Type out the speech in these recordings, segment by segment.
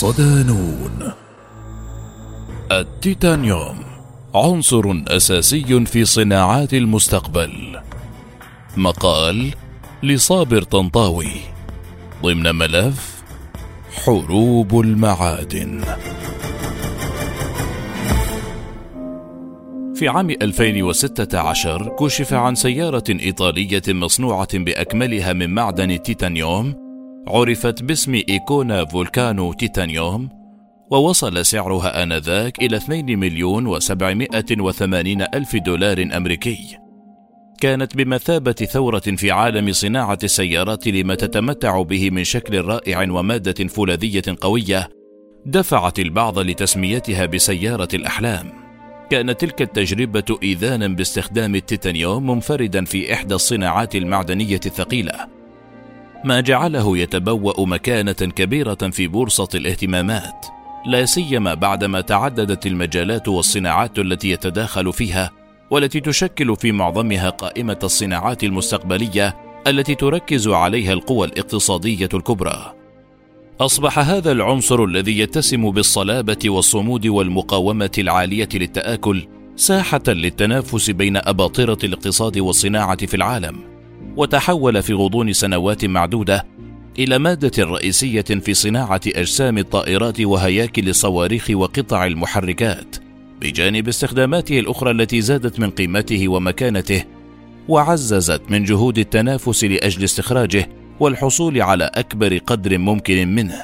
صدانون. التيتانيوم عنصر أساسي في صناعات المستقبل. مقال لصابر طنطاوي ضمن ملف حروب المعادن. في عام 2016 كشف عن سيارة إيطالية مصنوعة بأكملها من معدن التيتانيوم عرفت باسم إيكونا فولكانو تيتانيوم، ووصل سعرها آنذاك إلى 2,780,000 دولار أمريكي. كانت بمثابة ثورة في عالم صناعة السيارات لما تتمتع به من شكل رائع ومادة فولاذية قوية دفعت البعض لتسميتها بسيارة الأحلام. كانت تلك التجربة إذانا باستخدام التيتانيوم منفردا في إحدى الصناعات المعدنية الثقيلة، ما جعله يتبوأ مكانة كبيرة في بورصة الاهتمامات، لا سيما بعدما تعددت المجالات والصناعات التي يتداخل فيها، والتي تشكل في معظمها قائمة الصناعات المستقبلية التي تركز عليها القوى الاقتصادية الكبرى. أصبح هذا العنصر الذي يتسم بالصلابة والصمود والمقاومة العالية للتآكل ساحة للتنافس بين أباطرة الاقتصاد والصناعة في العالم، وتحول في غضون سنوات معدودة إلى مادة رئيسية في صناعة أجسام الطائرات وهياكل الصواريخ وقطع المحركات، بجانب استخداماته الأخرى التي زادت من قيمته ومكانته وعززت من جهود التنافس لأجل استخراجه والحصول على أكبر قدر ممكن منه.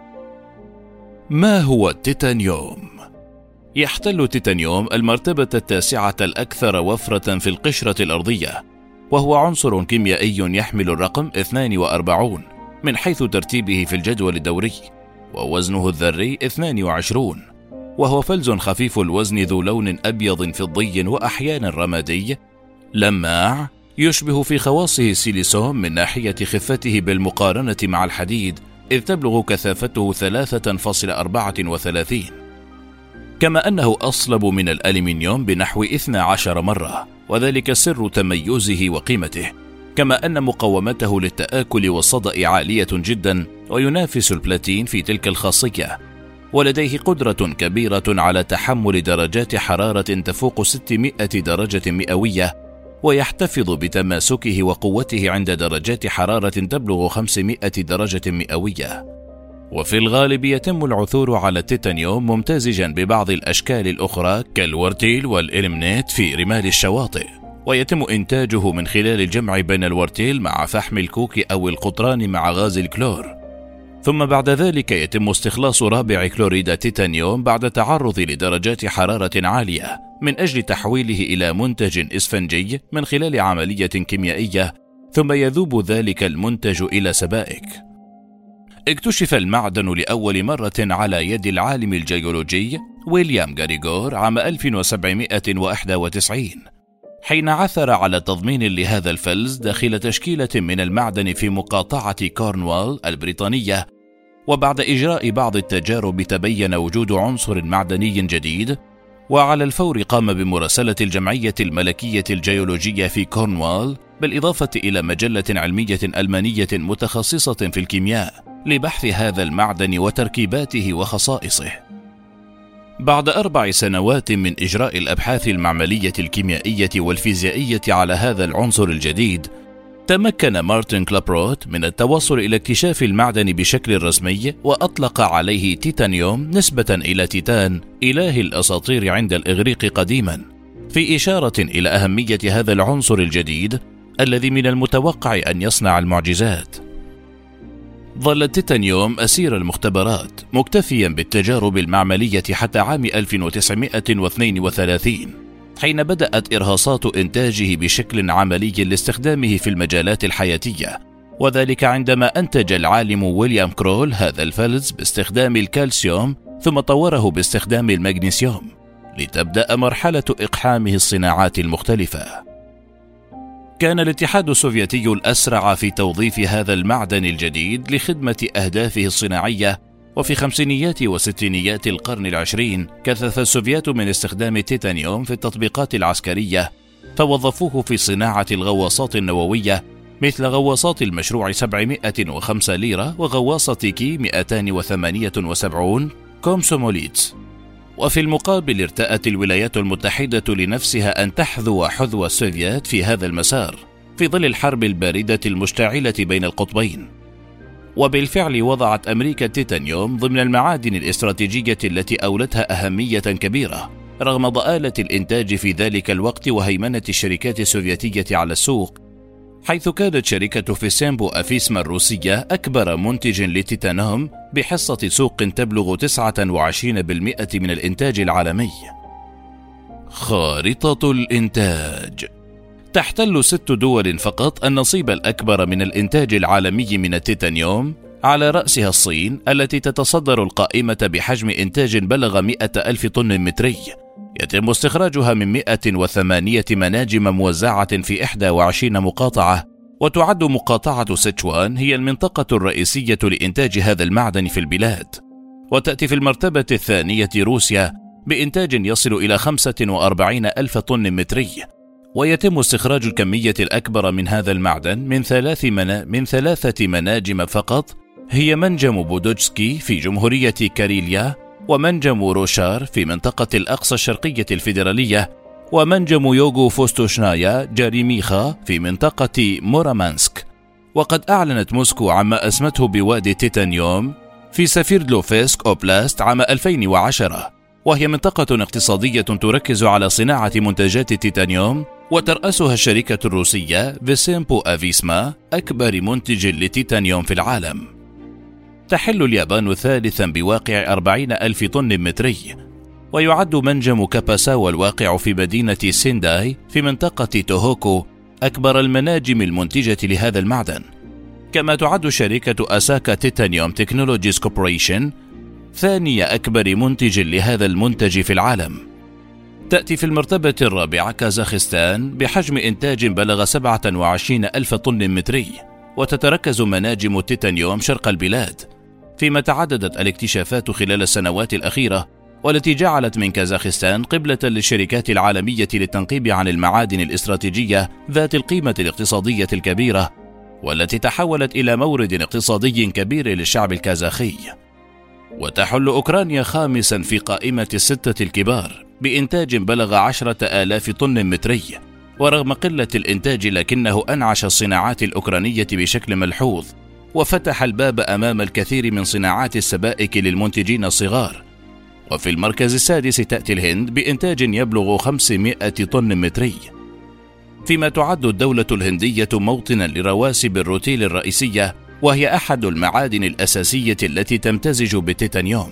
ما هو التيتانيوم؟ يحتل التيتانيوم المرتبة التاسعة الأكثر وفرة في القشرة الأرضية، وهو عنصر كيميائي يحمل الرقم 42 من حيث ترتيبه في الجدول الدوري، ووزنه الذري 22، وهو فلز خفيف الوزن ذو لون أبيض فضي وأحيانا رمادي لماع، يشبه في خواصه السيليسون من ناحية خفته بالمقارنة مع الحديد، إذ تبلغ كثافته 3.34، كما أنه أصلب من الألمنيوم بنحو 12 مرة، وذلك سر تميزه وقيمته، كما أن مقاومته للتآكل والصدأ عالية جدا، وينافس البلاتين في تلك الخاصية، ولديه قدرة كبيرة على تحمل درجات حرارة تفوق 600 درجة مئوية، ويحتفظ بتماسكه وقوته عند درجات حرارة تبلغ 500 درجة مئوية. وفي الغالب يتم العثور على التيتانيوم ممتزجا ببعض الأشكال الأخرى كالورتيل والإلمنيت في رمال الشواطئ، ويتم إنتاجه من خلال الجمع بين الورتيل مع فحم الكوك أو القطران مع غاز الكلور، ثم بعد ذلك يتم استخلاص رابع كلوريد التيتانيوم بعد تعرض لدرجات حرارة عالية من أجل تحويله إلى منتج إسفنجي من خلال عملية كيميائية، ثم يذوب ذلك المنتج إلى سبائك. اكتشف المعدن لأول مرة على يد العالم الجيولوجي ويليام غاريغور عام 1791، حين عثر على تضمين لهذا الفلز داخل تشكيلة من المعدن في مقاطعة كورنوال البريطانية. وبعد إجراء بعض التجارب تبين وجود عنصر معدني جديد، وعلى الفور قام بمراسلة الجمعية الملكية الجيولوجية في كورنوال، بالإضافة إلى مجلة علمية ألمانية متخصصة في الكيمياء لبحث هذا المعدن وتركيباته وخصائصه. بعد 4 سنوات من إجراء الأبحاث المعملية الكيميائية والفيزيائية على هذا العنصر الجديد، تمكن مارتن كلابروت من التوصل إلى اكتشاف المعدن بشكل رسمي، وأطلق عليه تيتانيوم نسبة إلى تيتان إله الأساطير عند الإغريق قديما، في إشارة إلى أهمية هذا العنصر الجديد الذي من المتوقع أن يصنع المعجزات. ظل التيتانيوم أسير المختبرات، مكتفيا بالتجارب المعملية حتى عام 1932، حين بدأت إرهاصات إنتاجه بشكل عملي لاستخدامه في المجالات الحياتية، وذلك عندما أنتج العالم ويليام كرول هذا الفلز باستخدام الكالسيوم، ثم طوره باستخدام المغنيسيوم، لتبدأ مرحلة إقحامه الصناعات المختلفة. كان الاتحاد السوفيتي الأسرع في توظيف هذا المعدن الجديد لخدمة أهدافه الصناعية، وفي خمسينيات وستينيات القرن العشرين كثف السوفيات من استخدام التيتانيوم في التطبيقات العسكرية، فوظفوه في صناعة الغواصات النووية مثل غواصات المشروع 705 ليرة وغواصة كي 278 كومسوموليتس. وفي المقابل ارتأت الولايات المتحدة لنفسها أن تحذو حذو السوفيات في هذا المسار في ظل الحرب الباردة المشتعلة بين القطبين. وبالفعل وضعت أمريكا التيتانيوم ضمن المعادن الاستراتيجية التي أولتها أهمية كبيرة رغم ضآلة الإنتاج في ذلك الوقت وهيمنة الشركات السوفيتية على السوق، حيث كانت شركة فيسيمبو أفيسما الروسية أكبر منتج للتيتانيوم بحصة سوق تبلغ 29% من الإنتاج العالمي. خارطة الإنتاج. تحتل 6 دول فقط النصيب الأكبر من الإنتاج العالمي من التيتانيوم، على رأسها الصين التي تتصدر القائمة بحجم إنتاج بلغ 100,000 طن متري، يتم استخراجها من 108 مناجم موزعة في 21 مقاطعة، وتعد مقاطعة سيتشوان هي المنطقة الرئيسية لإنتاج هذا المعدن في البلاد. وتأتي في المرتبة الثانية روسيا بإنتاج يصل إلى 45,000 طن متري، ويتم استخراج الكمية الأكبر من هذا المعدن من 3 مناجم فقط، هي منجم بودوجسكي في جمهورية كاريليا، ومنجم روشار في منطقة الأقصى الشرقية الفيدرالية، ومنجم يوغو فوستوشنايا جاريميخا في منطقة مورامانسك. وقد أعلنت موسكو عما أسمته بوادي التيتانيوم في سفيردلوفسك أوبلاست عام 2010، وهي منطقة اقتصادية تركز على صناعة منتجات التيتانيوم، وترأسها الشركة الروسية فيسيمبو أفيسما أكبر منتج للتيتانيوم في العالم. تحل اليابان ثالثا بواقع 40,000 طن متري، ويعد منجم كاباساوا الواقع في مدينة سينداي في منطقة توهوكو أكبر المناجم المنتجة لهذا المعدن. كما تعد شركة أساكا تيتانيوم تكنولوجيز كوربوريشن ثاني أكبر منتج لهذا المنتج في العالم. تأتي في المرتبة الرابعة كازاخستان بحجم إنتاج بلغ 27,000 طن متري، وتتركز مناجم التيتانيوم شرق البلاد، فيما تعددت الاكتشافات خلال السنوات الأخيرة، والتي جعلت من كازاخستان قبلة للشركات العالمية للتنقيب عن المعادن الاستراتيجية ذات القيمة الاقتصادية الكبيرة، والتي تحولت إلى مورد اقتصادي كبير للشعب الكازاخي. وتحل أوكرانيا خامسا في قائمة الستة الكبار بإنتاج بلغ 10,000 طن متري، ورغم قلة الإنتاج لكنه أنعش الصناعات الأوكرانية بشكل ملحوظ، وفتح الباب أمام الكثير من صناعات السبائك للمنتجين الصغار. وفي المركز السادس تأتي الهند بإنتاج يبلغ 500 طن متري، فيما تعد الدولة الهندية موطنا لرواسب الروتيل الرئيسية، وهي أحد المعادن الأساسية التي تمتزج بالتيتانيوم.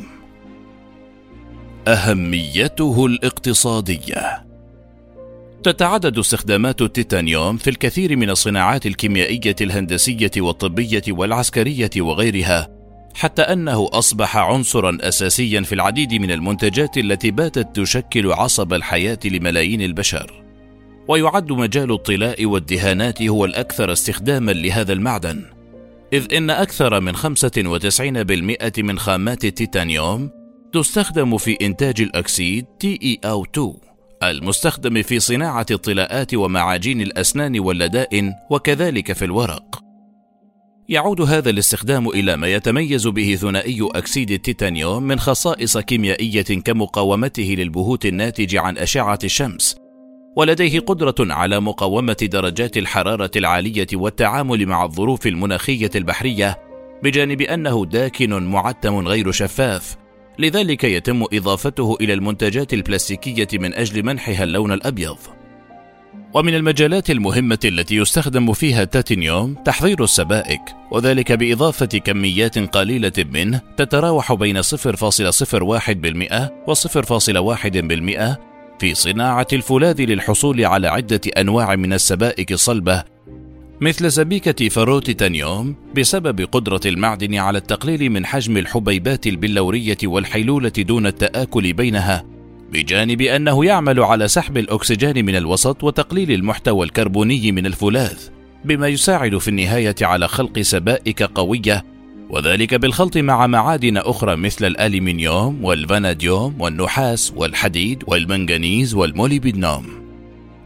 أهميته الاقتصادية. تتعدد استخدامات التيتانيوم في الكثير من الصناعات الكيميائية الهندسية والطبية والعسكرية وغيرها، حتى أنه أصبح عنصرا أساسيا في العديد من المنتجات التي باتت تشكل عصب الحياة لملايين البشر. ويعد مجال الطلاء والدهانات هو الأكثر استخداما لهذا المعدن، إذ إن أكثر من 95% من خامات التيتانيوم تستخدم في إنتاج الأكسيد TeO2 المستخدم في صناعة الطلاءات ومعاجين الأسنان واللدائن، وكذلك في الورق. يعود هذا الاستخدام إلى ما يتميز به ثنائي أكسيد التيتانيوم من خصائص كيميائية كمقاومته للبهوت الناتج عن أشعة الشمس، ولديه قدرة على مقاومة درجات الحرارة العالية والتعامل مع الظروف المناخية البحرية، بجانب أنه داكن معتم غير شفاف، لذلك يتم إضافته إلى المنتجات البلاستيكية من أجل منحها اللون الأبيض. ومن المجالات المهمة التي يستخدم فيها التيتانيوم تحضير السبائك، وذلك بإضافة كميات قليلة منه تتراوح بين 0.01% و 0.1% في صناعة الفولاذ للحصول على عدة أنواع من السبائك الصلبة مثل سبيكة فروتيتانيوم، بسبب قدرة المعدن على التقليل من حجم الحبيبات البلورية والحيلولة دون التآكل بينها، بجانب أنه يعمل على سحب الأكسجين من الوسط وتقليل المحتوى الكربوني من الفولاذ، بما يساعد في النهاية على خلق سبائك قوية، وذلك بالخلط مع معادن أخرى مثل الألمنيوم والفاناديوم والنحاس والحديد والمنغنيز والموليبدنوم.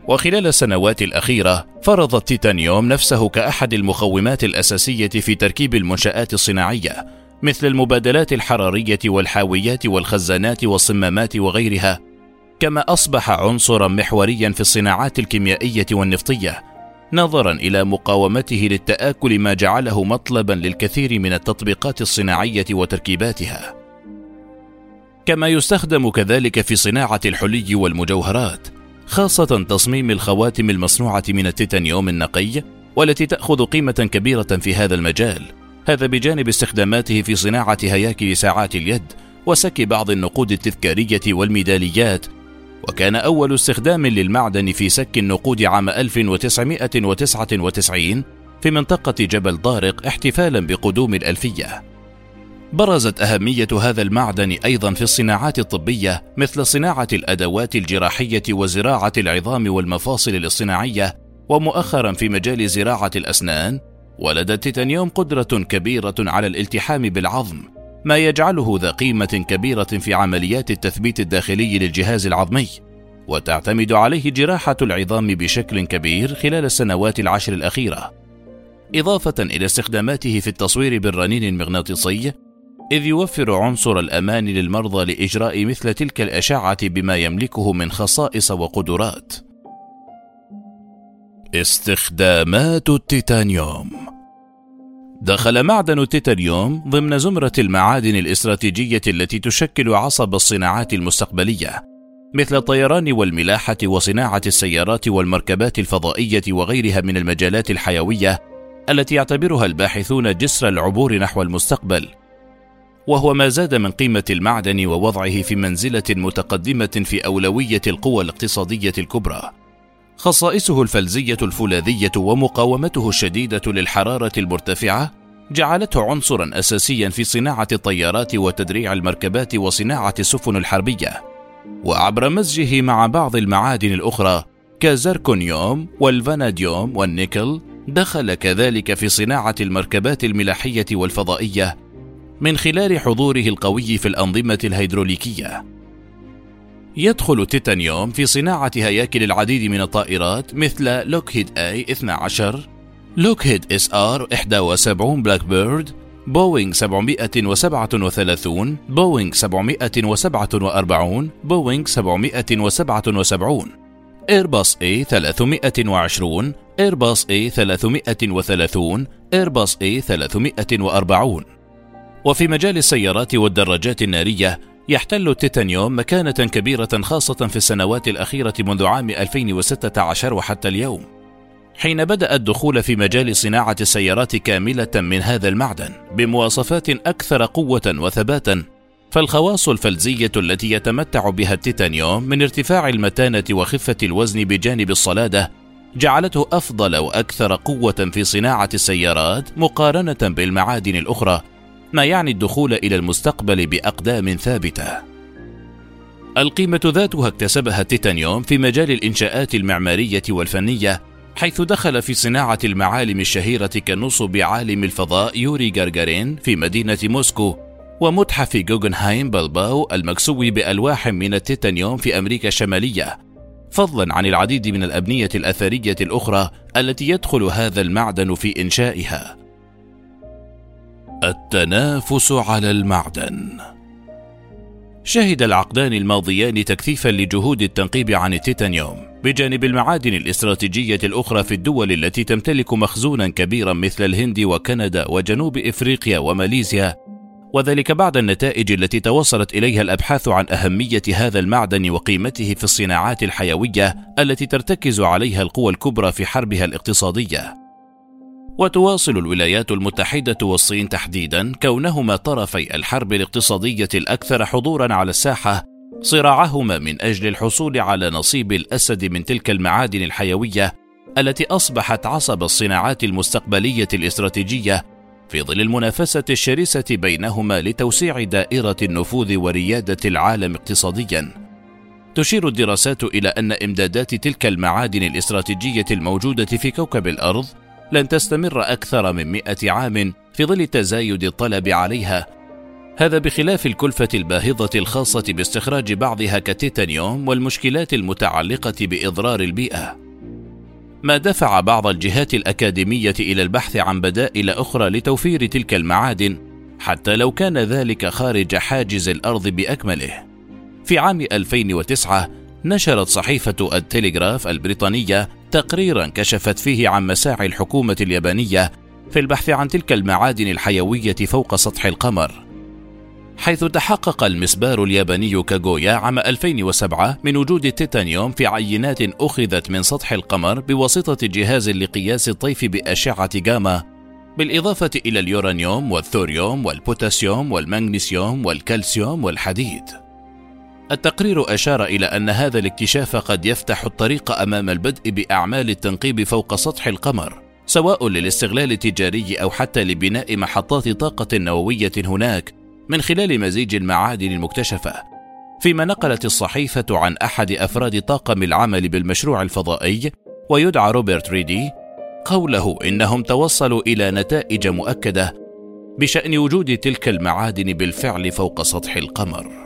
وخلال السنوات الأخيرة فرض التيتانيوم نفسه كأحد المقومات الأساسية في تركيب المنشآت الصناعية، مثل المبادلات الحرارية والحاويات والخزانات والصمامات وغيرها، كما أصبح عنصرا محوريا في الصناعات الكيميائية والنفطية، نظرا إلى مقاومته للتآكل، ما جعله مطلبا للكثير من التطبيقات الصناعية وتركيباتها. كما يستخدم كذلك في صناعة الحلي والمجوهرات، خاصة تصميم الخواتم المصنوعة من التيتانيوم النقي، والتي تأخذ قيمة كبيرة في هذا المجال، هذا بجانب استخداماته في صناعة هياكل ساعات اليد وسك بعض النقود التذكارية والميداليات. وكان أول استخدام للمعدن في سك النقود عام 1999 في منطقة جبل طارق احتفالا بقدوم الألفية. برزت أهمية هذا المعدن أيضا في الصناعات الطبية، مثل صناعة الأدوات الجراحية وزراعة العظام والمفاصل الاصطناعية، ومؤخرا في مجال زراعة الأسنان. ولدى التيتانيوم قدرة كبيرة على الالتحام بالعظم، ما يجعله ذا قيمة كبيرة في عمليات التثبيت الداخلي للجهاز العظمي، وتعتمد عليه جراحة العظام بشكل كبير خلال السنوات العشر الأخيرة، إضافة إلى استخداماته في التصوير بالرنين المغناطيسي، إذ يوفر عنصر الأمان للمرضى لإجراء مثل تلك الأشعة بما يملكه من خصائص وقدرات. استخدامات التيتانيوم. دخل معدن التيتانيوم ضمن زمرة المعادن الاستراتيجية التي تشكل عصب الصناعات المستقبلية، مثل الطيران والملاحة وصناعة السيارات والمركبات الفضائية وغيرها من المجالات الحيوية التي يعتبرها الباحثون جسر العبور نحو المستقبل، وهو ما زاد من قيمة المعدن ووضعه في منزلة متقدمة في أولوية القوى الاقتصادية الكبرى. خصائصه الفلزية الفولاذية ومقاومته الشديدة للحرارة المرتفعة جعلته عنصرا أساسيا في صناعة الطيارات وتدريع المركبات وصناعة السفن الحربية، وعبر مزجه مع بعض المعادن الأخرى كالزركونيوم والفاناديوم والنيكل، دخل كذلك في صناعة المركبات الملاحية والفضائية من خلال حضوره القوي في الأنظمة الهيدروليكية. يدخل التيتانيوم في صناعة هياكل العديد من الطائرات مثل لوكهيد A-12، لوكهيد SR-71 بلاك بيرد، بوينغ 737، بوينغ 747، بوينغ 777، إيرباص A-320، إيرباص A-330، إيرباص A-340. وفي مجال السيارات والدراجات النارية يحتل التيتانيوم مكانة كبيرة، خاصة في السنوات الأخيرة منذ عام 2016 وحتى اليوم، حين بدأ الدخول في مجال صناعة السيارات كاملة من هذا المعدن بمواصفات أكثر قوة وثباتا. فالخواص الفلزية التي يتمتع بها التيتانيوم من ارتفاع المتانة وخفة الوزن بجانب الصلادة جعلته أفضل وأكثر قوة في صناعة السيارات مقارنة بالمعادن الأخرى، ما يعني الدخول إلى المستقبل بأقدام ثابتة. القيمة ذاتها اكتسبها التيتانيوم في مجال الإنشاءات المعمارية والفنية، حيث دخل في صناعة المعالم الشهيرة كنصب عالم الفضاء يوري غاغارين في مدينة موسكو، ومتحف غوغنهايم بلباو المكسو بألواح من التيتانيوم في أمريكا الشمالية، فضلا عن العديد من الأبنية الأثرية الأخرى التي يدخل هذا المعدن في إنشائها. التنافس على المعدن. شهد العقدان الماضيان تكثيفا لجهود التنقيب عن التيتانيوم بجانب المعادن الاستراتيجية الأخرى في الدول التي تمتلك مخزونا كبيرا مثل الهند وكندا وجنوب إفريقيا وماليزيا، وذلك بعد النتائج التي توصلت إليها الأبحاث عن أهمية هذا المعدن وقيمته في الصناعات الحيوية التي ترتكز عليها القوى الكبرى في حربها الاقتصادية. وتواصل الولايات المتحدة والصين تحديدا، كونهما طرفي الحرب الاقتصادية الأكثر حضورا على الساحة، صراعهما من أجل الحصول على نصيب الأسد من تلك المعادن الحيوية التي أصبحت عصب الصناعات المستقبلية الاستراتيجية في ظل المنافسة الشرسة بينهما لتوسيع دائرة النفوذ وريادة العالم اقتصاديا. تشير الدراسات إلى أن إمدادات تلك المعادن الاستراتيجية الموجودة في كوكب الأرض لن تستمر أكثر من 100 عام في ظل تزايد الطلب عليها، هذا بخلاف الكلفة الباهظة الخاصة باستخراج بعضها كالتيتانيوم والمشكلات المتعلقة بإضرار البيئة، ما دفع بعض الجهات الأكاديمية إلى البحث عن بدائل أخرى لتوفير تلك المعادن حتى لو كان ذلك خارج حاجز الأرض بأكمله. في عام 2009 نشرت صحيفة التلغراف البريطانية تقريرا كشفت فيه عن مساعي الحكومة اليابانية في البحث عن تلك المعادن الحيوية فوق سطح القمر، حيث تحقق المسبار الياباني كاغويا عام 2007 من وجود التيتانيوم في عينات أخذت من سطح القمر بواسطة جهاز لقياس الطيف بأشعة جاما، بالإضافة إلى اليورانيوم والثوريوم والبوتاسيوم والمغنيسيوم والكالسيوم والحديد. التقرير أشار إلى أن هذا الاكتشاف قد يفتح الطريق أمام البدء بأعمال التنقيب فوق سطح القمر، سواء للاستغلال التجاري أو حتى لبناء محطات طاقة نووية هناك من خلال مزيج المعادن المكتشفة. فيما نقلت الصحيفة عن أحد أفراد طاقم العمل بالمشروع الفضائي ويدعى روبرت ريدي قوله إنهم توصلوا إلى نتائج مؤكدة بشأن وجود تلك المعادن بالفعل فوق سطح القمر.